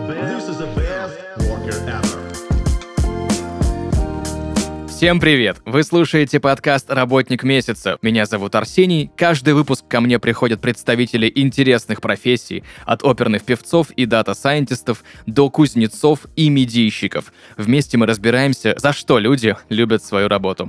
worker ever. Всем привет! Вы слушаете подкаст «Работник месяца». Меня зовут Арсений. Каждый выпуск ко мне приходят представители интересных профессий, от оперных певцов и дата-сайентистов до кузнецов и медийщиков. Вместе мы разбираемся, за что люди любят свою работу.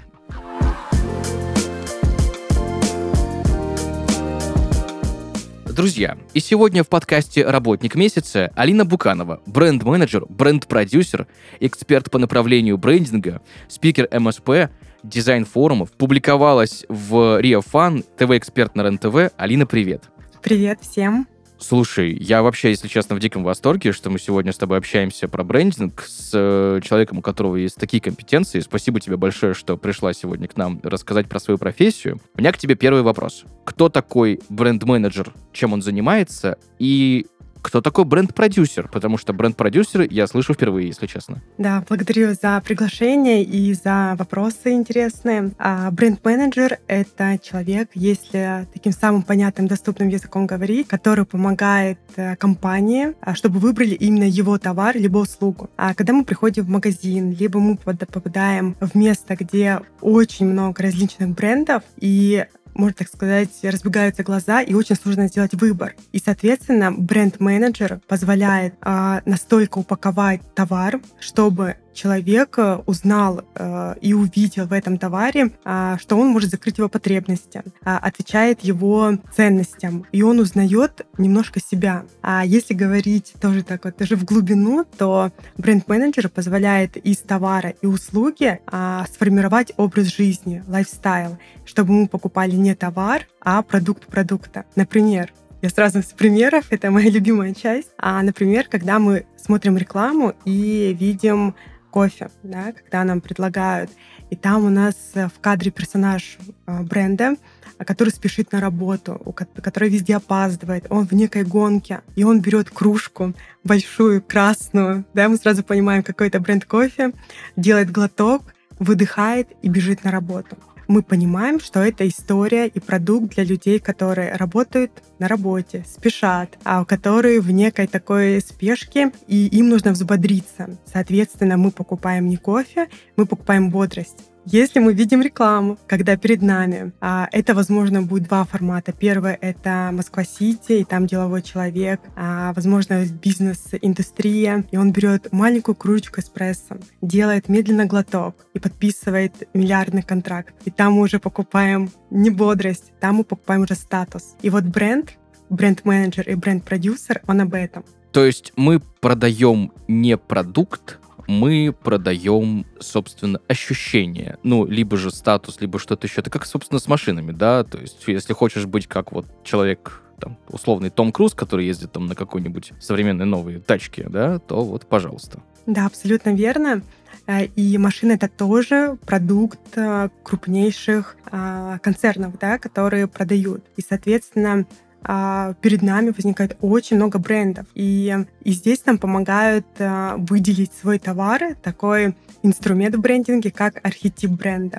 Друзья, и сегодня в подкасте «Работник месяца» Алина Буканова, бренд-менеджер, бренд-продюсер, эксперт по направлению брендинга, спикер МСП, дизайн-форумов, публиковалась в Rio Fun, ТВ-эксперт на РЕН-ТВ. Алина, привет. Привет всем. Слушай, я вообще, если честно, в диком восторге, что мы сегодня с тобой общаемся про брендинг с человеком, у которого есть такие компетенции. Спасибо тебе большое, что пришла сегодня к нам рассказать про свою профессию. У меня к тебе первый вопрос. Кто такой бренд-менеджер, чем он занимается, и кто такой бренд-продюсер? Потому что бренд-продюсер я слышу впервые, если честно. Да, благодарю за приглашение и за вопросы интересные. Бренд-менеджер — это человек, если таким самым понятным, доступным языком говорить, который помогает компании, чтобы выбрали именно его товар либо услугу. А когда мы приходим в магазин, либо мы попадаем в место, где очень много различных брендов, и можно так сказать, разбегаются глаза, и очень сложно сделать выбор. И, соответственно, бренд-менеджер позволяет настолько упаковать товар, чтобы человек узнал и увидел в этом товаре, что он может закрыть его потребности, отвечает его ценностям, и он узнает немножко себя. А если говорить тоже так вот, даже в глубину, то бренд-менеджер позволяет из товара и услуги сформировать образ жизни, лайфстайл, чтобы мы покупали не товар, а продукт продукта. Например, я сразу с примеров, это моя любимая часть. Например, когда мы смотрим рекламу и видим кофе, да, когда нам предлагают, и там у нас в кадре персонаж бренда, который спешит на работу, который везде опаздывает, он в некой гонке, и он берет кружку большую, красную, да, мы сразу понимаем, какой это бренд кофе, делает глоток, выдыхает и бежит на работу. Мы понимаем, что это история и продукт для людей, которые работают на работе, спешат, которые в некой такой спешке, и им нужно взбодриться. Соответственно, мы покупаем не кофе, мы покупаем бодрость. Если мы видим рекламу, когда перед нами, это, возможно, будет два формата. Первый — это Москва-Сити, и там деловой человек, возможно, бизнес-индустрия, и он берет маленькую кружечку эспрессо, делает медленно глоток и подписывает миллиардный контракт. И там мы уже покупаем не бодрость, там мы покупаем уже статус. И вот бренд-менеджер и бренд-продюсер, он об этом. То есть мы продаем не продукт, мы продаем, собственно, ощущение. Либо же статус, либо что-то еще. Это как, собственно, с машинами, да? То есть, если хочешь быть как вот человек, там, условный Том Круз, который ездит там на какой-нибудь современной новой тачке, да, то вот, пожалуйста. Да, абсолютно верно. И машина — это тоже продукт крупнейших концернов, да, которые продают. И, соответственно, перед нами возникает очень много брендов. И здесь нам помогают выделить свой товар, такой инструмент в брендинге, как архетип бренда.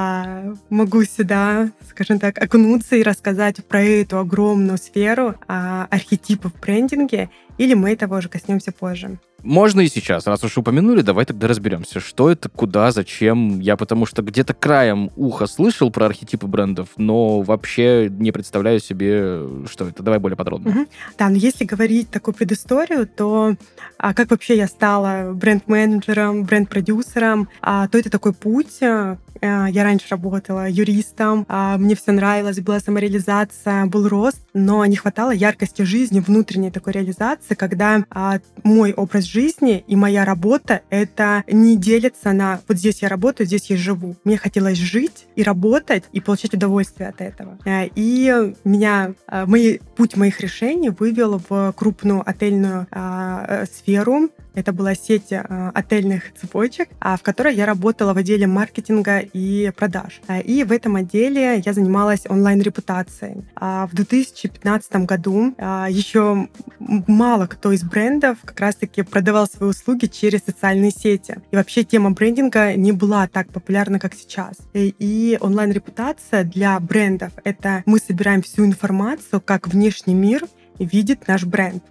Могу сюда, скажем так, окунуться и рассказать про эту огромную сферу архетипов в брендинге, или мы этого уже коснемся позже. Можно и сейчас, раз уж упомянули, давай тогда разберемся, что это, куда, зачем. Я потому что где-то краем уха слышал про архетипы брендов, но вообще не представляю себе, что это. Давай более подробно. Угу. Да, но если говорить такую предысторию, то как вообще я стала бренд-менеджером, бренд-продюсером, то это такой путь. Я раньше работала юристом, мне все нравилось, была самореализация, был рост, но не хватало яркости жизни, внутренней такой реализации, когда мой образ жизни и моя работа — это не делится на вот здесь я работаю, здесь я живу. Мне хотелось жить и работать, и получать удовольствие от этого. И меня путь моих решений вывел в крупную отельную сферу. Это была сеть отельных цепочек, в которой я работала в отделе маркетинга и продаж. И в этом отделе я занималась онлайн-репутацией. В 2015 году еще мало кто из брендов как раз-таки продавал свои услуги через социальные сети. И вообще тема брендинга не была так популярна, как сейчас. И онлайн-репутация для брендов — это мы собираем всю информацию, как внешний мир видит наш бренд. И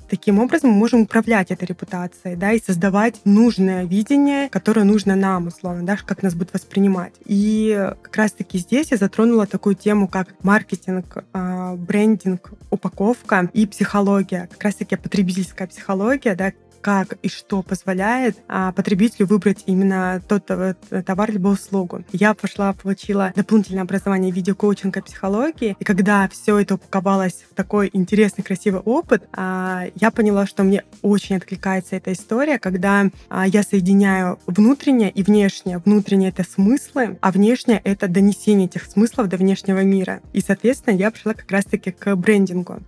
таким образом мы можем управлять этой репутацией, да, и создавать нужное видение, которое нужно нам, условно, да, как нас будут воспринимать. И как раз-таки здесь я затронула такую тему, как маркетинг, брендинг, упаковка и психология. Как раз-таки потребительская психология, да, как и что позволяет потребителю выбрать именно тот товар либо услугу. Я получила дополнительное образование в виде коучинга психологии, и когда все это упаковалось в такой интересный, красивый опыт, я поняла, что мне очень откликается эта история, когда я соединяю внутреннее и внешнее. Внутреннее — это смыслы, а внешнее — это донесение этих смыслов до внешнего мира. И, соответственно, я пришла как раз-таки к брендингу.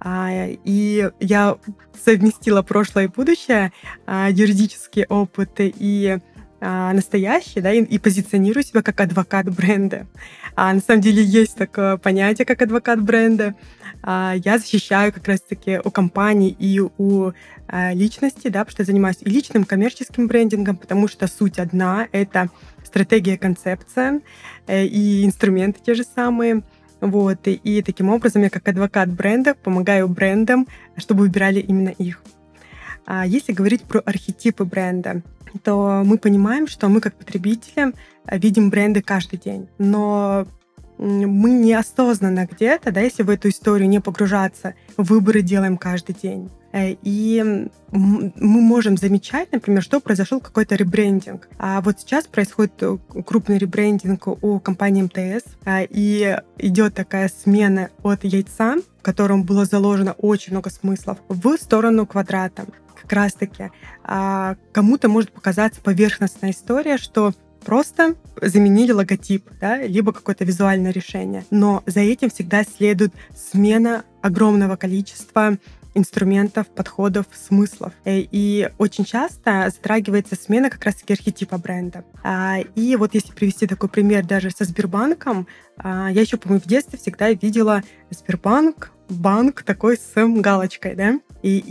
И я совместила прошлое и будущее, юридический опыт и настоящий, да, и позиционирую себя как адвокат бренда. На самом деле есть такое понятие, как адвокат бренда. Я защищаю как раз-таки у компаний и у личности, да, потому что я занимаюсь и личным, коммерческим брендингом, потому что суть одна — это стратегия, концепция и инструменты те же самые. Вот. И таким образом я как адвокат бренда помогаю брендам, чтобы выбирали именно их. Если говорить про архетипы бренда, то мы понимаем, что мы как потребители видим бренды каждый день. Но мы неосознанно где-то, да, если в эту историю не погружаться, выборы делаем каждый день. И мы можем замечать, например, что произошел какой-то ребрендинг. Вот сейчас происходит крупный ребрендинг у компании МТС, и идет такая смена от яйца, в котором было заложено очень много смыслов, в сторону квадрата. Как раз-таки кому-то может показаться поверхностная история, что просто заменили логотип, да, либо какое-то визуальное решение. Но за этим всегда следует смена огромного количества инструментов, подходов, смыслов. И очень часто затрагивается смена как раз-таки архетипа бренда. И вот если привести такой пример даже со Сбербанком, я еще, по-моему, в детстве всегда видела Сбербанк, банк такой с галочкой, да?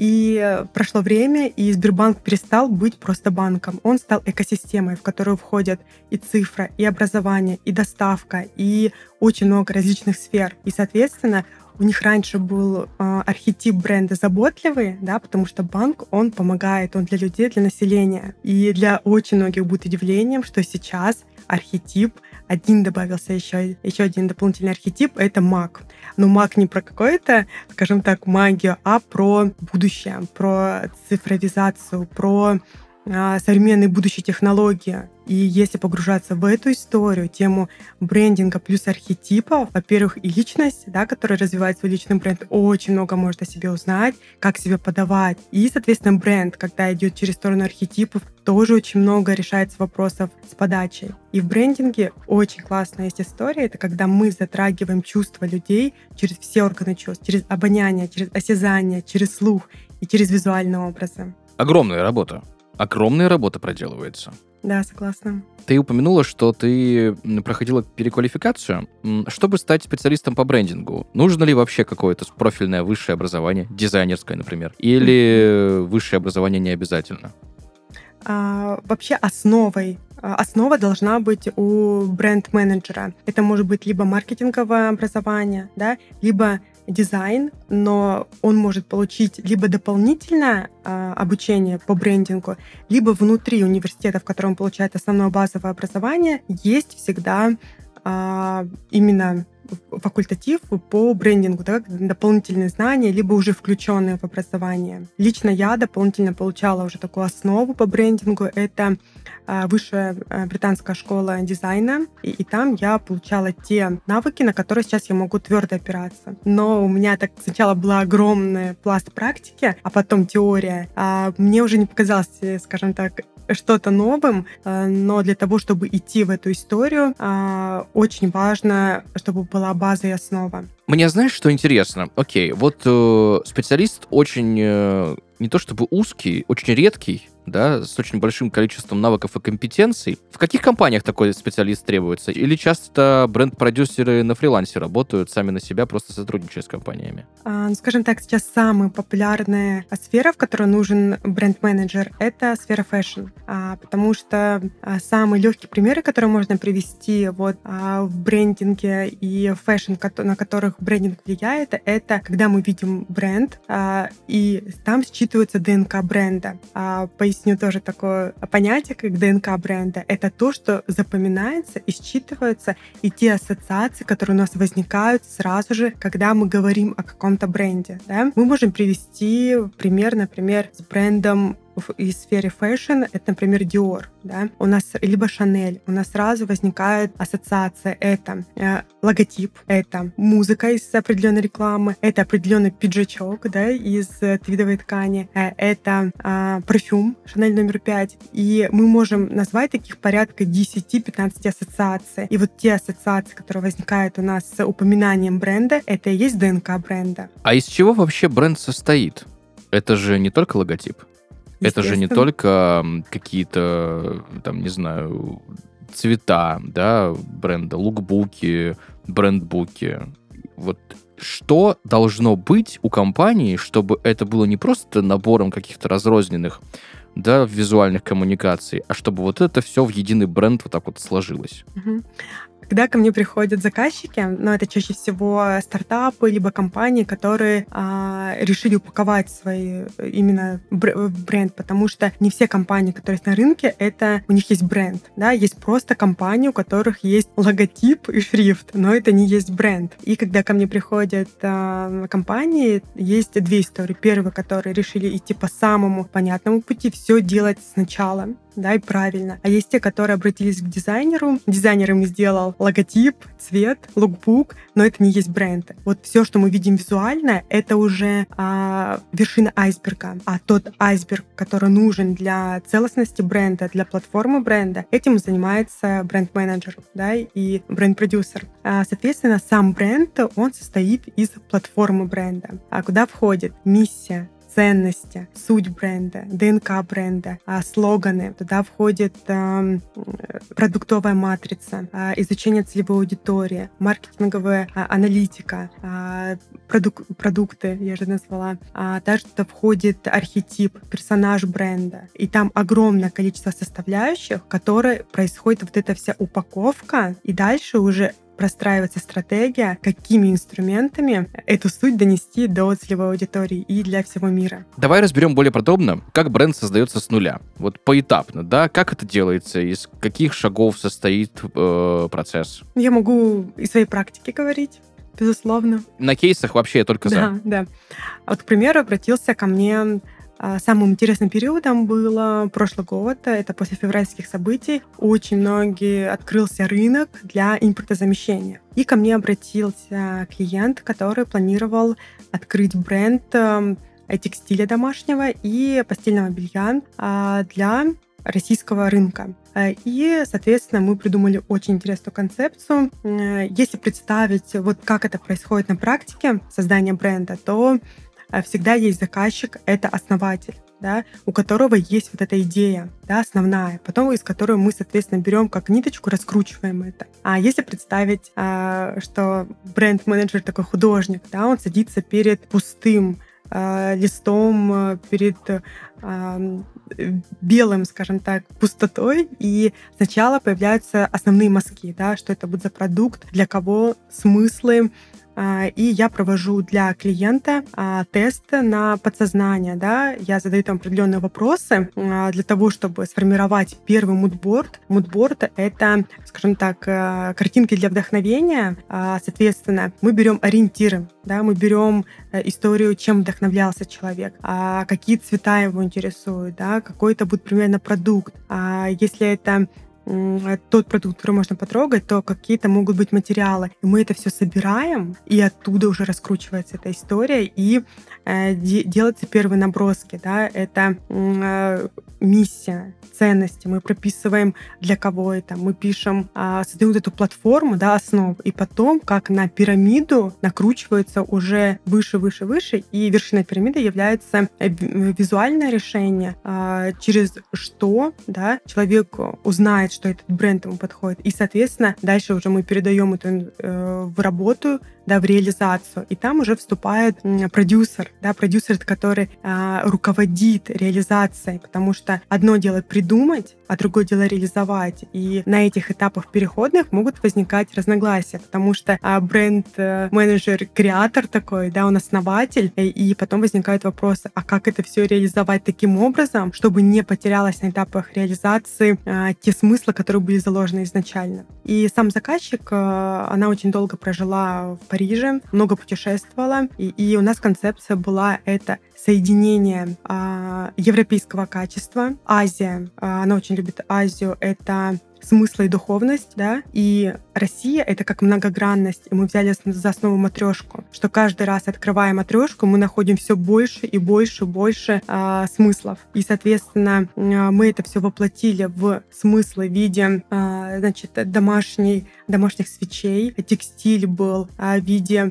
И прошло время, и Сбербанк перестал быть просто банком. Он стал экосистемой, в которую входят и цифра, и образование, и доставка, и очень много различных сфер. И, соответственно, у них раньше был архетип бренда заботливый, да, потому что банк, он помогает, он для людей, для населения. И для очень многих будет удивлением, что сейчас архетип один добавился, еще один дополнительный архетип — это маг. Но маг не про какую-то, скажем так, магию, а про будущее, про цифровизацию, про современные будущие технологии. И если погружаться в эту историю, тему брендинга плюс архетипов, во-первых, и личность, да, которая развивает свой личный бренд, очень много может о себе узнать, как себя подавать. И, соответственно, бренд, когда идет через сторону архетипов, тоже очень много решается вопросов с подачей. И в брендинге очень классная есть история. Это когда мы затрагиваем чувства людей через все органы чувств, через обоняние, через осязание, через слух и через визуальные образы. Огромная работа проделывается. Да, согласна. Ты упомянула, что ты проходила переквалификацию. Чтобы стать специалистом по брендингу, нужно ли вообще какое-то профильное высшее образование, дизайнерское, например, или высшее образование не обязательно? Вообще основа должна быть у бренд-менеджера. Это может быть либо маркетинговое образование, да, либо дизайн, но он может получить либо дополнительное обучение по брендингу, либо внутри университета, в котором он получает основное базовое образование, есть всегда именно факультатив по брендингу, да, дополнительные знания, либо уже включенные в образование. Лично я дополнительно получала уже такую основу по брендингу. Это высшая британская школа дизайна, и там я получала те навыки, на которые сейчас я могу твердо опираться. Но у меня так сначала был огромный пласт практики, а потом теория. Мне уже не показалось, скажем так, что-то новым, но для того, чтобы идти в эту историю, очень важно, чтобы была база и основа. Мне знаешь, что интересно? Окей, вот специалист очень не то чтобы узкий, очень редкий, да, с очень большим количеством навыков и компетенций. В каких компаниях такой специалист требуется? Или часто бренд-продюсеры на фрилансе работают сами на себя, просто сотрудничая с компаниями? Скажем так, сейчас самая популярная сфера, в которой нужен бренд-менеджер, это сфера фэшн. Потому что самые легкие примеры, которые можно привести в брендинге и фэшн, на которых брендинг влияет, это когда мы видим бренд, и там считывается ДНК бренда. Поясню тоже такое понятие, как ДНК бренда. Это то, что запоминается и считывается, и те ассоциации, которые у нас возникают сразу же, когда мы говорим о каком-то бренде. Да? Мы можем привести пример, например, с брендом в сфере фэшн, это, например, Dior, да, у нас либо Chanel, у нас сразу возникает ассоциация, это логотип, это музыка из определенной рекламы, это определенный пиджачок, да, из твидовой ткани, это парфюм Chanel номер 5, и мы можем назвать таких порядка 10-15 ассоциаций, и вот те ассоциации, которые возникают у нас с упоминанием бренда, это и есть ДНК бренда. А из чего вообще бренд состоит? Это же не только логотип. Это же не только какие-то, там, не знаю, цвета, да, бренда, лукбуки, брендбуки. Вот что должно быть у компании, чтобы это было не просто набором каких-то разрозненных, да, визуальных коммуникаций, а чтобы вот это все в единый бренд вот так вот сложилось? Когда ко мне приходят заказчики, это чаще всего стартапы, либо компании, которые решили упаковать свои именно бренд, потому что не все компании, которые есть на рынке, у них есть бренд. Да? Есть просто компании, у которых есть логотип и шрифт, но это не есть бренд. И когда ко мне приходят компании, есть две истории. Первые, которые решили идти по самому понятному пути, все делать сначала, да, и правильно. А есть те, которые обратились к дизайнеру. Дизайнер им сделал логотип, цвет, лукбук, но это не есть бренд. Вот все, что мы видим визуально, это уже вершина айсберга. А тот айсберг, который нужен для целостности бренда, для платформы бренда, этим занимается бренд-менеджер, да, и бренд-продюсер. Соответственно, сам бренд, он состоит из платформы бренда, куда входит миссия, ценности, суть бренда, ДНК бренда, слоганы. Туда входит продуктовая матрица, изучение целевой аудитории, маркетинговая аналитика, продукты, я же назвала. Также туда входит архетип, персонаж бренда. И там огромное количество составляющих, в которой происходит вот эта вся упаковка, и дальше уже простраивается стратегия, какими инструментами эту суть донести до целевой аудитории и для всего мира. Давай разберем более подробно, как бренд создается с нуля. Вот поэтапно, да? Как это делается? Из каких шагов состоит процесс? Я могу из своей практики говорить, безусловно. На кейсах вообще я только за. Да. Вот, к примеру, обратился ко мне. Самым интересным периодом было прошлый год, это после февральских событий. Очень открылся рынок для импортозамещения. И ко мне обратился клиент, который планировал открыть бренд текстиля домашнего и постельного белья для российского рынка. И, соответственно, мы придумали очень интересную концепцию. Если представить, вот как это происходит на практике создания бренда, то всегда есть заказчик, это основатель, да, у которого есть вот эта идея, да, основная, потом из которой мы, соответственно, берем как ниточку, раскручиваем это. А если представить, что бренд-менеджер такой художник, да, он садится перед пустым листом, перед белым, скажем так, пустотой, и сначала появляются основные мазки, да, что это будет за продукт, для кого смыслы, и я провожу для клиента тест на подсознание. Да? Я задаю там определенные вопросы для того, чтобы сформировать первый мудборд. Мудборд — это, скажем так, картинки для вдохновения. Соответственно, мы берем ориентиры, да? Мы берем историю, чем вдохновлялся человек, какие цвета его интересуют, да? Какой это будет примерно продукт. Если это тот продукт, который можно потрогать, то какие-то могут быть материалы. И мы это все собираем, и оттуда уже раскручивается эта история, и делаются первые наброски. Да? Это миссия, ценности. Мы прописываем, для кого это. Мы пишем, создаем вот эту платформу, да, основу, и потом, как на пирамиду, накручивается уже выше, выше, выше, и вершиной пирамиды является визуальное решение, через что, да, человек узнает, что этот бренд ему подходит. И, соответственно, дальше уже мы передаем это в работу, да, в реализацию. И там уже вступает продюсер, да, продюсер, который руководит реализацией, потому что одно дело придумать, а другое дело реализовать. И на этих этапах переходных могут возникать разногласия, потому что бренд-менеджер, креатор такой, да, он основатель, и потом возникают вопросы, а как это все реализовать таким образом, чтобы не потерялось на этапах реализации те смыслы, которые были заложены изначально. И сам заказчик, она очень долго прожила в Париже, много путешествовала, и у нас концепция была это соединение европейского качества. Азия, она очень любит Азию, это смысла и духовность, да, и Россия — это как многогранность, и мы взяли за основу матрешку, что каждый раз, открывая матрешку, мы находим все больше и больше смыслов, и, соответственно, мы это все воплотили в смыслы в виде, значит, домашних свечей, текстиль был в виде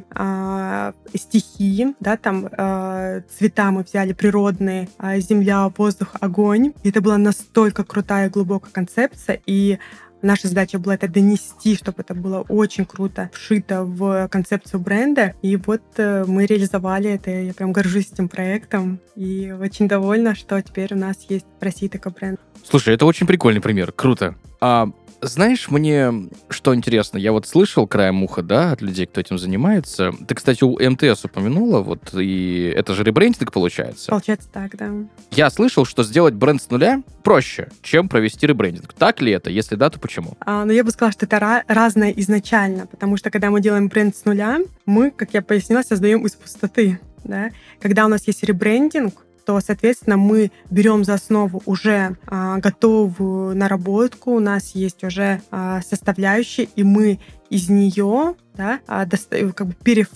стихии, да, там цвета мы взяли природные, земля, воздух, огонь, и это была настолько крутая и глубокая концепция, и наша задача была это донести, чтобы это было очень круто вшито в концепцию бренда. И вот мы реализовали это. Я прям горжусь этим проектом. И очень довольна, что теперь у нас есть в России такой бренд. Слушай, это очень прикольный пример. Круто. Знаешь, мне что интересно, я вот слышал краем уха, да, от людей, кто этим занимается. Ты, кстати, у МТС упомянула, вот, и это же ребрендинг получается. Получается так, да. Я слышал, что сделать бренд с нуля проще, чем провести ребрендинг. Так ли это? Если да, то почему? Ну, я бы сказала, что это разное изначально, потому что когда мы делаем бренд с нуля, мы, как я пояснила, создаем из пустоты, да. Когда у нас есть ребрендинг, то, соответственно, мы берем за основу уже готовую наработку, у нас есть уже составляющие, и мы из нее, да, как бы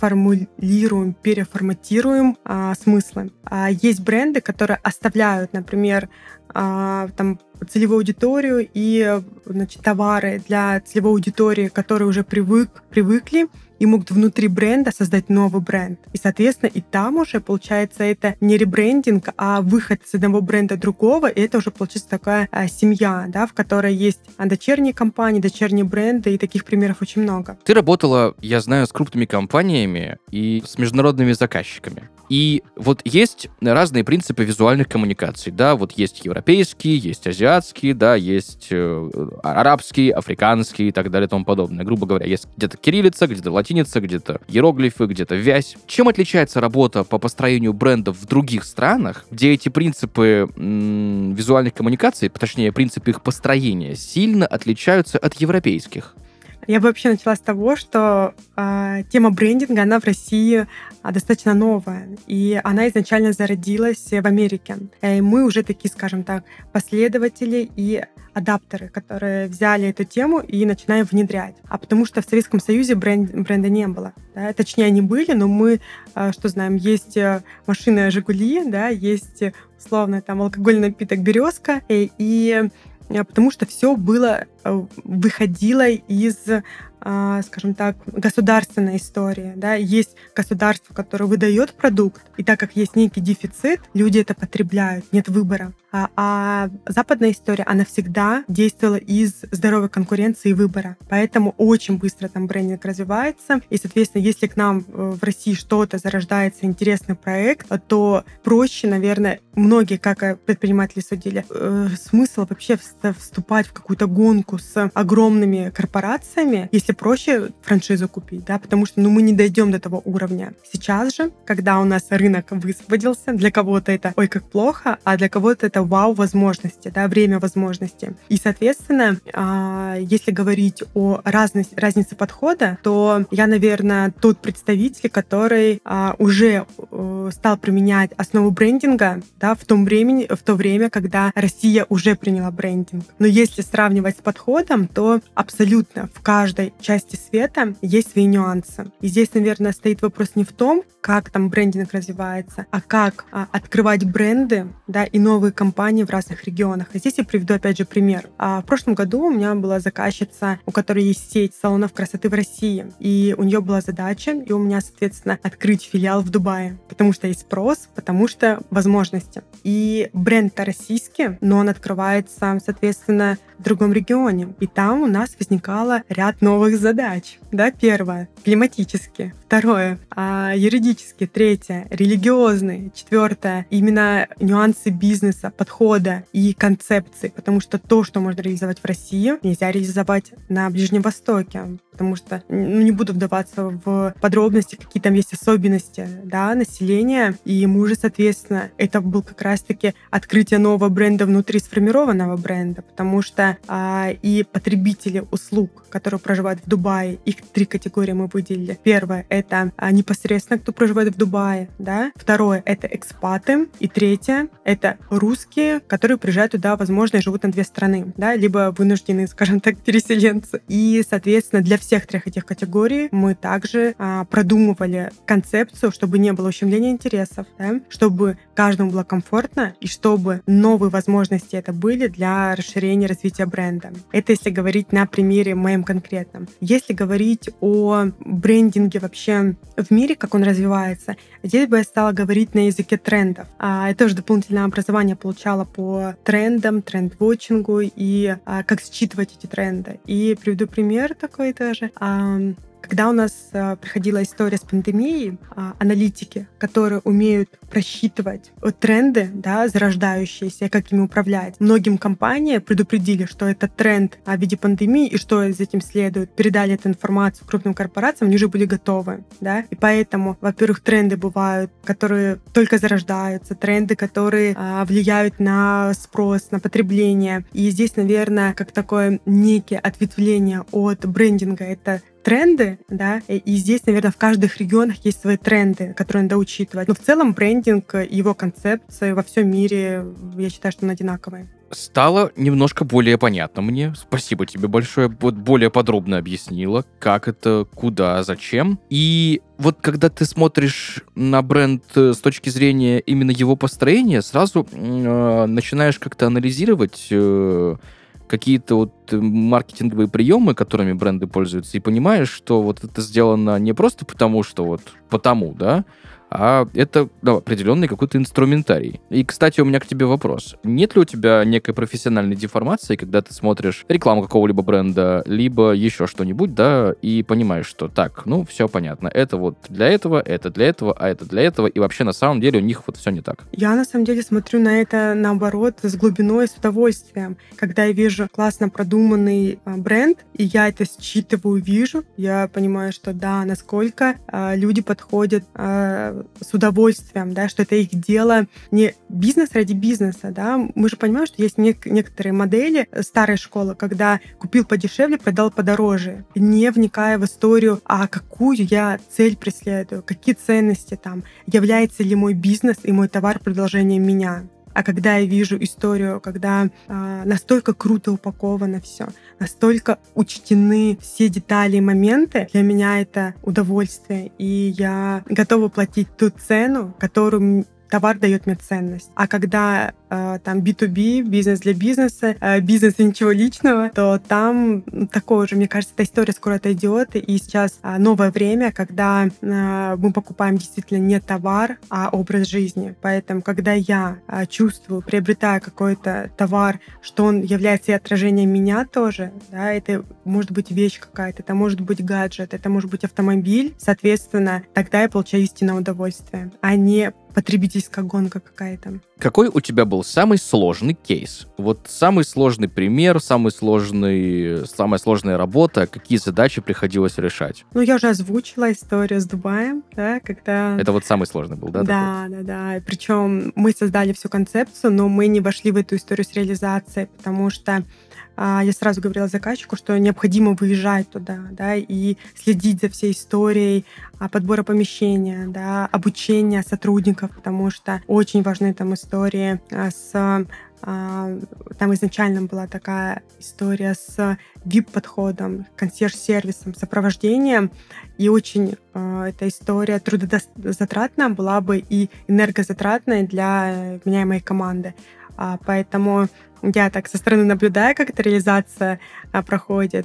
переформатируем смыслы. Есть бренды, которые оставляют, например, там, целевую аудиторию и, значит, товары для целевой аудитории, которые уже привыкли, и могут внутри бренда создать новый бренд. И, соответственно, и там уже, получается, это не ребрендинг, а выход с одного бренда другого, и это уже получается такая семья, да, в которой есть дочерние компании, дочерние бренды, и таких примеров очень много. Ты работала, я знаю, с крупными компаниями и с международными заказчиками. И вот есть разные принципы визуальных коммуникаций, да, вот есть европейские, есть азиатские, да, есть арабские, африканские и так далее и тому подобное. Грубо говоря, есть где-то кириллица, где-то латиница, где-то иероглифы, где-то вязь. Чем отличается работа по построению брендов в других странах, где эти принципы визуальных коммуникаций, точнее, принципы их построения, сильно отличаются от европейских? Я бы вообще начала с того, что тема брендинга, она в России достаточно новая, и она изначально зародилась в Америке. И мы уже такие, скажем так, последователи и адаптеры, которые взяли эту тему и начинаем внедрять. А потому что в Советском Союзе бренда не было. Да? Точнее, они были, но мы, что знаем, есть машина «Жигули», да, есть условно там алкогольный напиток «Березка», и потому что все выходило из, скажем так, государственной истории. Да? Есть государство, которое выдает продукт, и так как есть некий дефицит, люди это потребляют, нет выбора. А западная история, она всегда действовала из здоровой конкуренции и выбора. Поэтому очень быстро там брендинг развивается. И, соответственно, если к нам в России что-то зарождается, интересный проект, то проще, наверное, многие, как предприниматели судили, смысл вообще вступать в какую-то гонку с огромными корпорациями, если если проще франшизу купить, да, потому что, мы не дойдем до того уровня. Сейчас же, когда у нас рынок высвободился, для кого-то это ой, как плохо, а для кого-то это вау возможности, да, время возможности. И, соответственно, если говорить о разнице подхода, то я, наверное, тот представитель, который уже стал применять основу брендинга, да, в то время, когда Россия уже приняла брендинг. Но если сравнивать с подходом, то абсолютно в каждой части света есть свои нюансы. И здесь, наверное, стоит вопрос не в том, как там брендинг развивается, а как открывать бренды, да, и новые компании в разных регионах. И здесь я приведу, опять же, пример. В прошлом году у меня была заказчица, у которой есть сеть салонов красоты в России. И у нее была задача, и у меня, соответственно, открыть филиал в Дубае. Потому что есть спрос, потому что возможности. И бренд-то российский, но он открывается, соответственно, в другом регионе. И там у нас возникало ряд новых задач. Да, первое — климатические. Второе — юридические. Третье — религиозные. Четвертое — именно нюансы бизнеса, подхода и концепции. Потому что то, что можно реализовать в России, нельзя реализовать на Ближнем Востоке. Потому что, не буду вдаваться в подробности, какие там есть особенности, да, населения. И мы уже, соответственно, это был как раз-таки открытие нового бренда внутри сформированного бренда. Потому что и потребители услуг, которые проживают в Дубае, их 3 категории мы выделили. Первое — это непосредственно, кто проживает в Дубае, да. Второе — это экспаты. И третье — это русские, которые приезжают туда, возможно, и живут на 2 страны, да, либо вынуждены, скажем так, переселенцы. И, соответственно, для всех 3 этих категорий мы также продумывали концепцию, чтобы не было ущемления интересов, да, чтобы каждому было комфортно и чтобы новые возможности это были для расширения развития бренда. Это если говорить на примере моем конкретном. Если говорить о брендинге вообще в мире, как он развивается, здесь бы я стала говорить на языке трендов. Я тоже дополнительное образование получала по трендам, тренд-вотчингу и как считывать эти тренды. И приведу пример такой тоже. Когда у нас приходила история с пандемией, аналитики, которые умеют просчитывать тренды, да, зарождающиеся, и как ими управлять, многим компаниям предупредили, что это тренд в виде пандемии и что из этим следует. Передали эту информацию крупным корпорациям, они уже были готовы. Да? И поэтому, во-первых, тренды бывают, которые только зарождаются, тренды, которые влияют на спрос, на потребление. И здесь, наверное, как такое некое ответвление от брендинга — это тренды, да, и здесь, наверное, в каждых регионах есть свои тренды, которые надо учитывать. Но в целом брендинг и его концепция во всем мире, я считаю, что он одинаковый. Стало немножко более понятно мне. Спасибо тебе большое. Вот более подробно объяснила, как это, куда, зачем. И вот когда ты смотришь на бренд с точки зрения именно его построения, сразу начинаешь как-то анализировать какие-то вот маркетинговые приемы, которыми бренды пользуются, и понимаешь, что вот это сделано не просто потому, что вот потому, да, а это определенный какой-то инструментарий. И, кстати, у меня к тебе вопрос. Нет ли у тебя некой профессиональной деформации, когда ты смотришь рекламу какого-либо бренда, либо еще что-нибудь, да, и понимаешь, что так, все понятно, это вот для этого, это для этого, а это для этого, и вообще на самом деле у них вот все не так? Я на самом деле смотрю на это наоборот с глубиной, с удовольствием. Когда я вижу классно продуманный бренд, и я это считываю, вижу, я понимаю, что да, насколько люди подходят с удовольствием, да, что это их дело не бизнес ради бизнеса, да. Мы же понимаем, что есть некоторые модели старой школы, когда купил подешевле, продал подороже, не вникая в историю, а какую я цель преследую, какие ценности там, является ли мой бизнес и мой товар продолжением меня. А когда я вижу историю, когда настолько круто упаковано все, настолько учтены все детали и моменты, для меня это удовольствие, и я готова платить ту цену, которую товар дает мне ценность. А когда там B2B, бизнес для бизнеса, бизнес и ничего личного, то там такое же, мне кажется, эта история скоро отойдет. И сейчас новое время, когда мы покупаем действительно не товар, а образ жизни. Поэтому, когда я чувствую, приобретаю какой-то товар, что он является и отражением меня тоже, да, это может быть вещь какая-то, это может быть гаджет, это может быть автомобиль, соответственно, тогда я получаю истинное удовольствие, а не потребительская гонка какая-то. Какой у тебя был самый сложный кейс? Вот самый сложный пример, самая сложная работа, какие задачи приходилось решать? Ну, я уже озвучила историю с Дубаем, да, когда... Это вот самый сложный был, да? Да. Причем мы создали всю концепцию, но мы не вошли в эту историю с реализацией, потому что я сразу говорила заказчику, что необходимо выезжать туда, да, и следить за всей историей подбора помещения, да, обучения сотрудников, потому что очень важны там истории там изначально была такая история с VIP-подходом, консьерж-сервисом, сопровождением, и очень эта история трудозатратная была бы и энергозатратная для меня и моей команды. Поэтому я так со стороны наблюдаю, как эта реализация проходит.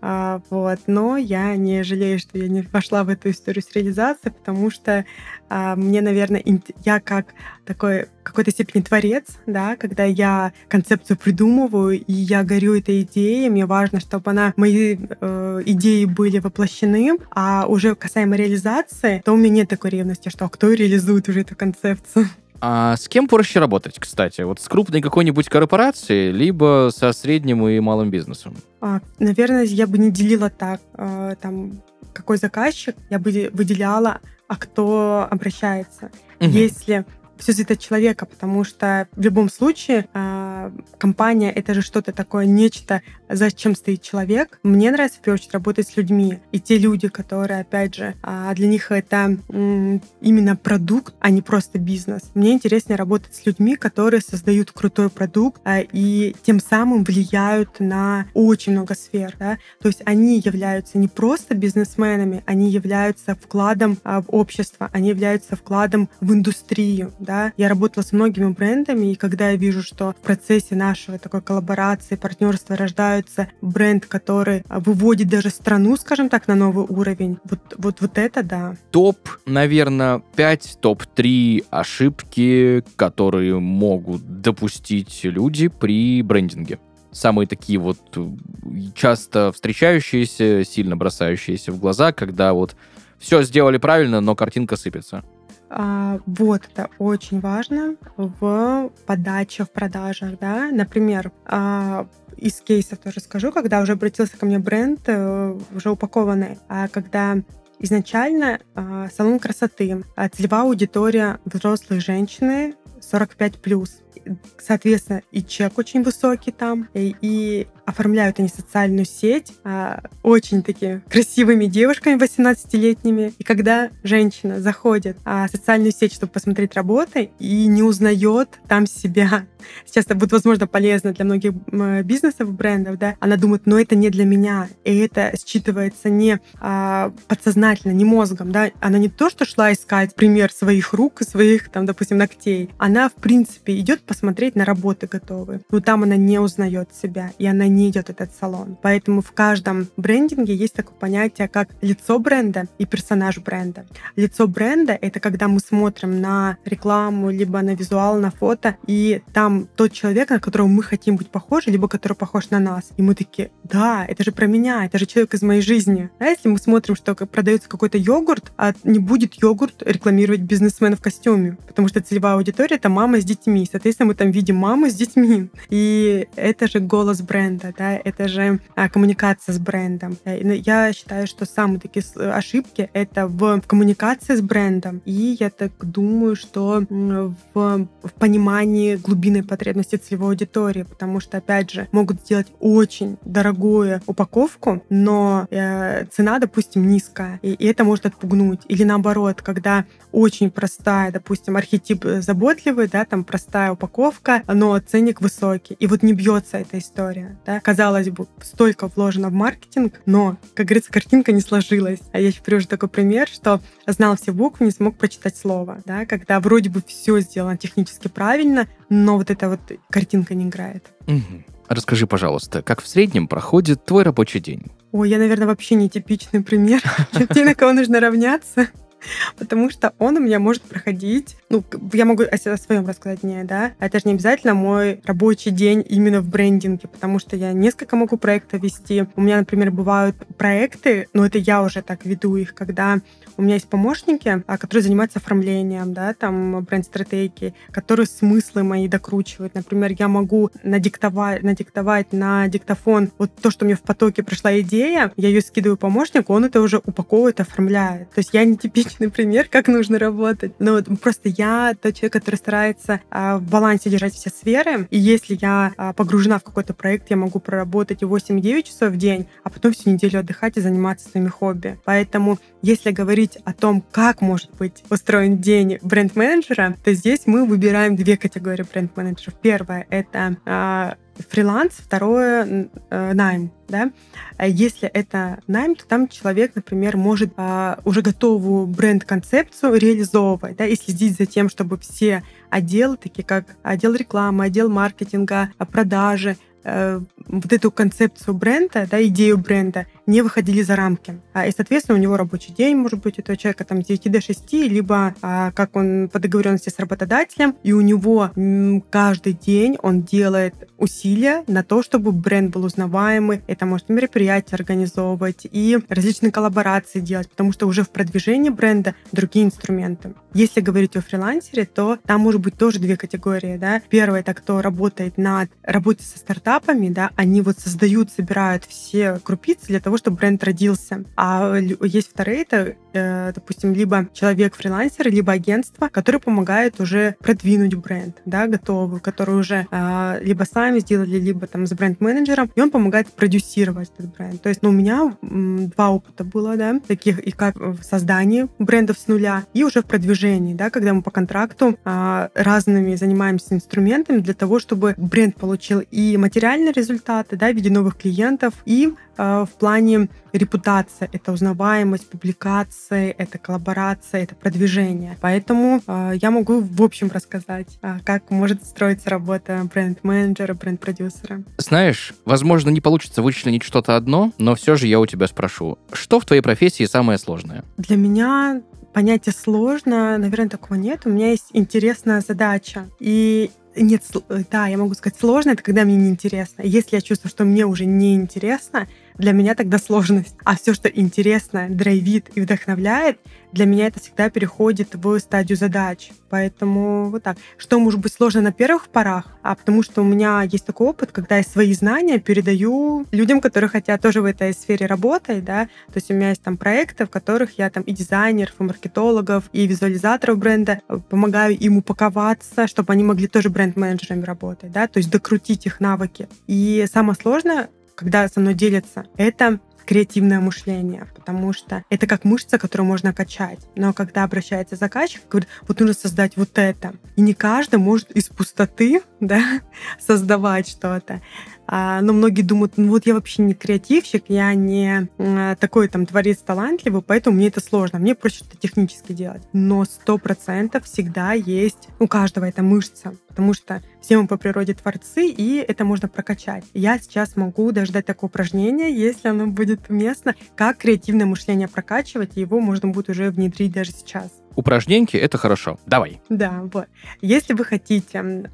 Но я не жалею, что я не вошла в эту историю с реализацией, потому что мне, наверное, я как такой в какой-то степени творец, да, когда я концепцию придумываю, и я горю этой идеей, мне важно, чтобы мои идеи были воплощены, а уже касаемо реализации, то у меня нет такой ревности, что кто реализует уже эту концепцию. А с кем проще работать, кстати? Вот с крупной какой-нибудь корпорацией, либо со средним и малым бизнесом? Наверное, я бы не делила так, какой заказчик, я бы выделяла, кто обращается. Если все зависит от человека, потому что в любом случае компания — это же что-то такое, нечто, за чем стоит человек. Мне нравится, в первую очередь, работать с людьми. И те люди, которые, опять же, для них это именно продукт, а не просто бизнес. Мне интереснее работать с людьми, которые создают крутой продукт и тем самым влияют на очень много сфер. Да? То есть они являются не просто бизнесменами, они являются вкладом в общество, они являются вкладом в индустрию. Да? Я работала с многими брендами, и когда я вижу, что в процессе нашего такой коллаборации, партнерства рождается бренд, который выводит даже страну, скажем так, на новый уровень, вот это да. Наверное, 5, топ-3 ошибки, которые могут допустить люди при брендинге. Самые такие вот часто встречающиеся, сильно бросающиеся в глаза, когда вот все сделали правильно, но картинка сыпется. Это очень важно в подаче, в продажах, да. Например, из кейсов тоже скажу, когда уже обратился ко мне бренд, уже упакованный, когда изначально салон красоты, целевая аудитория взрослые женщины 45+. Соответственно, и чек очень высокий там, и оформляют они социальную сеть очень такими красивыми девушками 18-летними. И когда женщина заходит в социальную сеть, чтобы посмотреть работы, и не узнает там себя, сейчас это будет, возможно, полезно для многих бизнесов, брендов, да, она думает, это не для меня. И это считывается не подсознательно, не мозгом, да. Она не то, что шла искать пример своих рук, своих, там, допустим, ногтей. Она, в принципе, идет посмотреть на работы готовые. Но там она не узнает себя, и она не идет в этот салон. Поэтому в каждом брендинге есть такое понятие, как лицо бренда и персонаж бренда. Лицо бренда — это когда мы смотрим на рекламу, либо на визуал, на фото, и там тот человек, на которого мы хотим быть похожи, либо который похож на нас. И мы такие, да, это же про меня, это же человек из моей жизни. А если мы смотрим, что продается какой-то йогурт, а не будет йогурт рекламировать бизнесмен в костюме, потому что целевая аудитория — это мама с детьми. Соответственно, мы там видим маму с детьми. И это же голос бренда, да, это же коммуникация с брендом. Я считаю, что самые такие ошибки — это в коммуникации с брендом. И я так думаю, что в понимании глубины потребностей целевой аудитории, потому что, опять же, могут сделать очень дорогую упаковку, но цена, допустим, низкая, и это может отпугнуть. Или наоборот, когда очень простая, допустим, архетип заботливый, да, там простая упаковка, но ценник высокий. И вот не бьется эта история. Да? Казалось бы, столько вложено в маркетинг, но, как говорится, картинка не сложилась. А я еще привожу такой пример, что знал все буквы, не смог прочитать слово. Да? Когда вроде бы все сделано технически правильно, но вот эта вот картинка не играет. Угу. Расскажи, пожалуйста, как в среднем проходит твой рабочий день? Я, наверное, вообще не типичный пример. Те, на кого нужно равняться. потому что он у меня может проходить, я могу о своем рассказать не, да, это же не обязательно мой рабочий день именно в брендинге, потому что я несколько могу проектов вести. У меня, например, бывают проекты, но это я уже так веду их, когда у меня есть помощники, которые занимаются оформлением, да, там, бренд-стратегии, которые смыслы мои докручивают. Например, я могу надиктовать на диктофон вот то, что мне в потоке пришла идея, я ее скидываю помощнику, он это уже упаковывает, оформляет. То есть я не типичный пример, как нужно работать. Но вот просто я тот человек, который старается в балансе держать все сферы. И если я погружена в какой-то проект, я могу проработать и 8-9 часов в день, а потом всю неделю отдыхать и заниматься своими хобби. Поэтому, если говорить о том, как может быть устроен день бренд-менеджера, то здесь мы выбираем две категории бренд-менеджеров. Первое — это фриланс, второе — найм. Да? Если это найм, то там человек, например, может уже готовую бренд-концепцию реализовывать, да, и следить за тем, чтобы все отделы, такие как отдел рекламы, отдел маркетинга, продажи, вот эту концепцию бренда, да, идею бренда не выходили за рамки. И, соответственно, у него рабочий день, может быть, у этого человека там, с 9 до 6, либо как он по договоренности с работодателем, и у него каждый день он делает усилия на то, чтобы бренд был узнаваемый. Это может мероприятия организовывать и различные коллаборации делать, потому что уже в продвижении бренда другие инструменты. Если говорить о фрилансере, то там может быть тоже две категории. Да? Первое — это кто работает над работой со стартапами, да, они вот создают, собирают все крупицы для того, чтобы бренд родился. А есть вторые, это, допустим, либо человек-фрилансер, либо агентство, которое помогает уже продвинуть бренд, да, готовый, который уже либо сами сделали, либо там с бренд-менеджером, и он помогает продюсировать этот бренд. То есть, у меня два опыта было, да, таких и как в создании брендов с нуля, и уже в продвижении, да, когда мы по контракту разными занимаемся инструментами для того, чтобы бренд получил и материальные результаты, да, в виде новых клиентов, и в плане репутации. Это узнаваемость, публикации, это коллаборация, это продвижение. Поэтому я могу в общем рассказать, как может строиться работа бренд-менеджера, бренд-продюсера. Знаешь, возможно, не получится вычленить что-то одно, но все же я у тебя спрошу. Что в твоей профессии самое сложное? Для меня понятие «сложно», наверное, такого нет. У меня есть интересная задача. И нет, да, я могу сказать, сложно — это когда мне неинтересно. Если я чувствую, что мне уже неинтересно, для меня тогда сложность. А все, что интересно, драйвит и вдохновляет, для меня это всегда переходит в стадию задач. Поэтому вот так. Что может быть сложно на первых порах? Потому что у меня есть такой опыт, когда я свои знания передаю людям, которые хотят тоже в этой сфере работать, да. То есть у меня есть там проекты, в которых я там и дизайнеров, и маркетологов, и визуализаторов бренда помогаю им упаковаться, чтобы они могли тоже бренд-менеджерами работать, да, то есть докрутить их навыки. И самое сложное, когда со мной делятся, это креативное мышление, потому что это как мышца, которую можно качать. Но когда обращается заказчик, говорит, вот нужно создать вот это. И не каждый может из пустоты, да, создавать что-то. Но многие думают, вот я вообще не креативщик, я не такой там творец талантливый, поэтому мне это сложно. Мне проще что-то технически делать. Но 100% всегда есть у каждого эта мышца, потому что все мы по природе творцы, и это можно прокачать. Я сейчас могу даже дать такое упражнение, если оно будет уместно, как креативное мышление прокачивать, и его можно будет уже внедрить даже сейчас. Упражненьки — это хорошо. Давай. Да, вот. Если вы хотите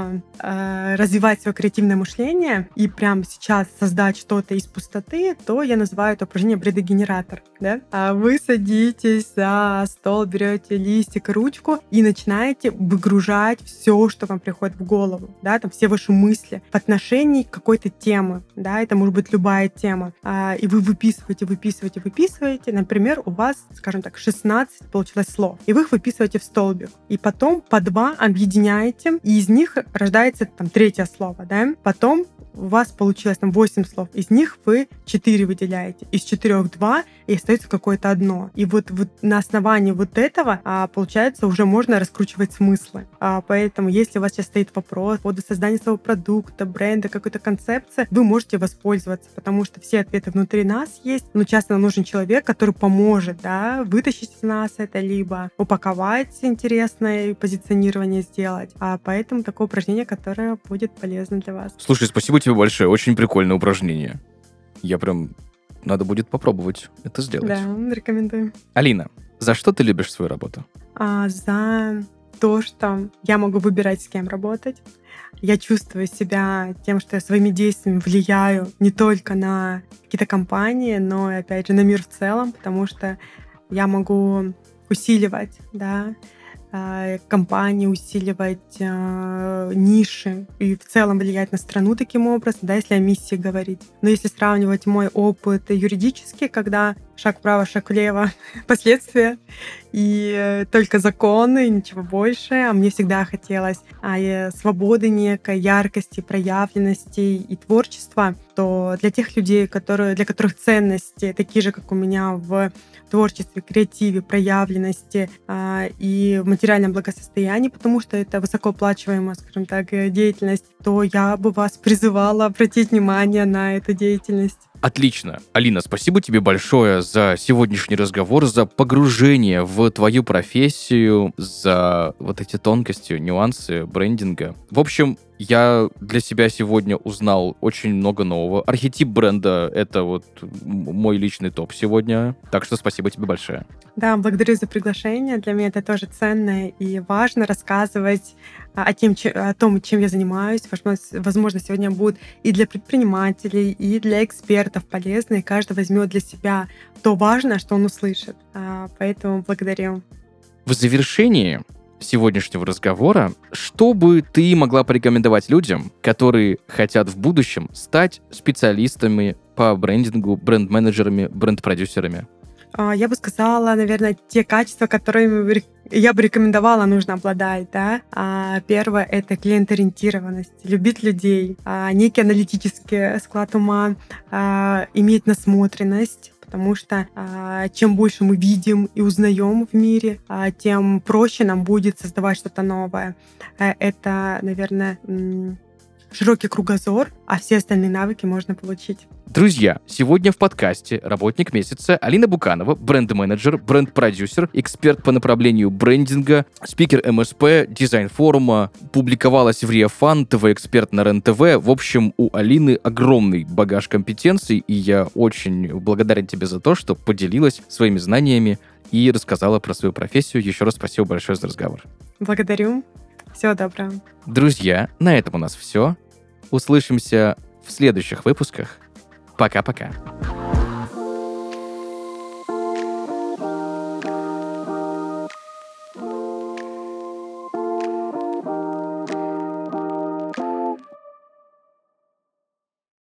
развивать свое креативное мышление и прямо сейчас создать что-то из пустоты, то я называю это упражнение бредогенератор. Да? Вы садитесь за стол, берете листик, ручку и начинаете выгружать все, что вам приходит в голову, да, там все ваши мысли в отношении какой-то темы, да, это может быть любая тема, и вы выписываете, например, у вас, скажем так, 16 получилось слов, и вы их выписываете в столбик, и потом по 2 объединяете, и из них рождается там 3-е слово, да, потом у вас получилось там 8 слов, из них вы 4 выделяете, из 4 2, и остается какое-то одно. И вот на основании вот этого, получается, уже можно раскручивать смыслы. Поэтому, если у вас сейчас стоит вопрос по поводу создания своего продукта, бренда, какой-то концепции, вы можете воспользоваться, потому что все ответы внутри нас есть. Но часто нам нужен человек, который поможет, да, вытащить из нас это, либо упаковать интересное позиционирование сделать. Поэтому такое упражнение, которое будет полезно для вас. Слушай, спасибо тебе большое. Очень прикольное упражнение. Надо будет попробовать это сделать. Да, рекомендую. Алина, За что ты любишь свою работу? За то, что я могу выбирать, с кем работать. Я чувствую себя тем, что я своими действиями влияю не только на какие-то компании, но и, опять же, на мир в целом, потому что я могу усиливать, да, компании, усиливать ниши и в целом влиять на страну таким образом, да, если о миссии говорить. Но если сравнивать мой опыт юридический, когда шаг вправо, шаг влево, последствия, и только законы, ничего больше, а мне всегда хотелось свободы некой, яркости, проявленности и творчества, то для тех людей, для которых ценности такие же, как у меня в творчестве, креативе, проявленности и в материальном благосостоянии, потому что это высокооплачиваемая, скажем так, деятельность, то я бы вас призывала обратить внимание на эту деятельность. Отлично. Алина, спасибо тебе большое за сегодняшний разговор, за погружение в твою профессию, за вот эти тонкости, нюансы брендинга. В общем, я для себя сегодня узнал очень много нового. Архетип бренда — это вот мой личный топ сегодня. Так что спасибо тебе большое. Да, благодарю за приглашение. Для меня это тоже ценно и важно рассказывать о том, чем я занимаюсь. Возможно, сегодня будет и для предпринимателей, и для экспертов полезно, и каждый возьмет для себя то важное, что он услышит. Поэтому благодарю. В завершении сегодняшнего разговора, что бы ты могла порекомендовать людям, которые хотят в будущем стать специалистами по брендингу, бренд-менеджерами, бренд-продюсерами? Я бы сказала, наверное, те качества, которыми я бы рекомендовала, нужно обладать. Да? Первое — это клиент-ориентированность, любить людей, некий аналитический склад ума, иметь насмотренность, потому что чем больше мы видим и узнаем в мире, тем проще нам будет создавать что-то новое. Это, наверное, широкий кругозор, а все остальные навыки можно получить. Друзья, сегодня в подкасте работник месяца Алина Буканова, бренд-менеджер, бренд-продюсер, эксперт по направлению брендинга, спикер МСП, дизайн-форума, публиковалась в Риафан, ТВ-эксперт на РЕН-ТВ. В общем, у Алины огромный багаж компетенций, и я очень благодарен тебе за то, что поделилась своими знаниями и рассказала про свою профессию. Еще раз спасибо большое за разговор. Благодарю. Всего доброго. Друзья, на этом у нас все. Услышимся в следующих выпусках. Пока-пока.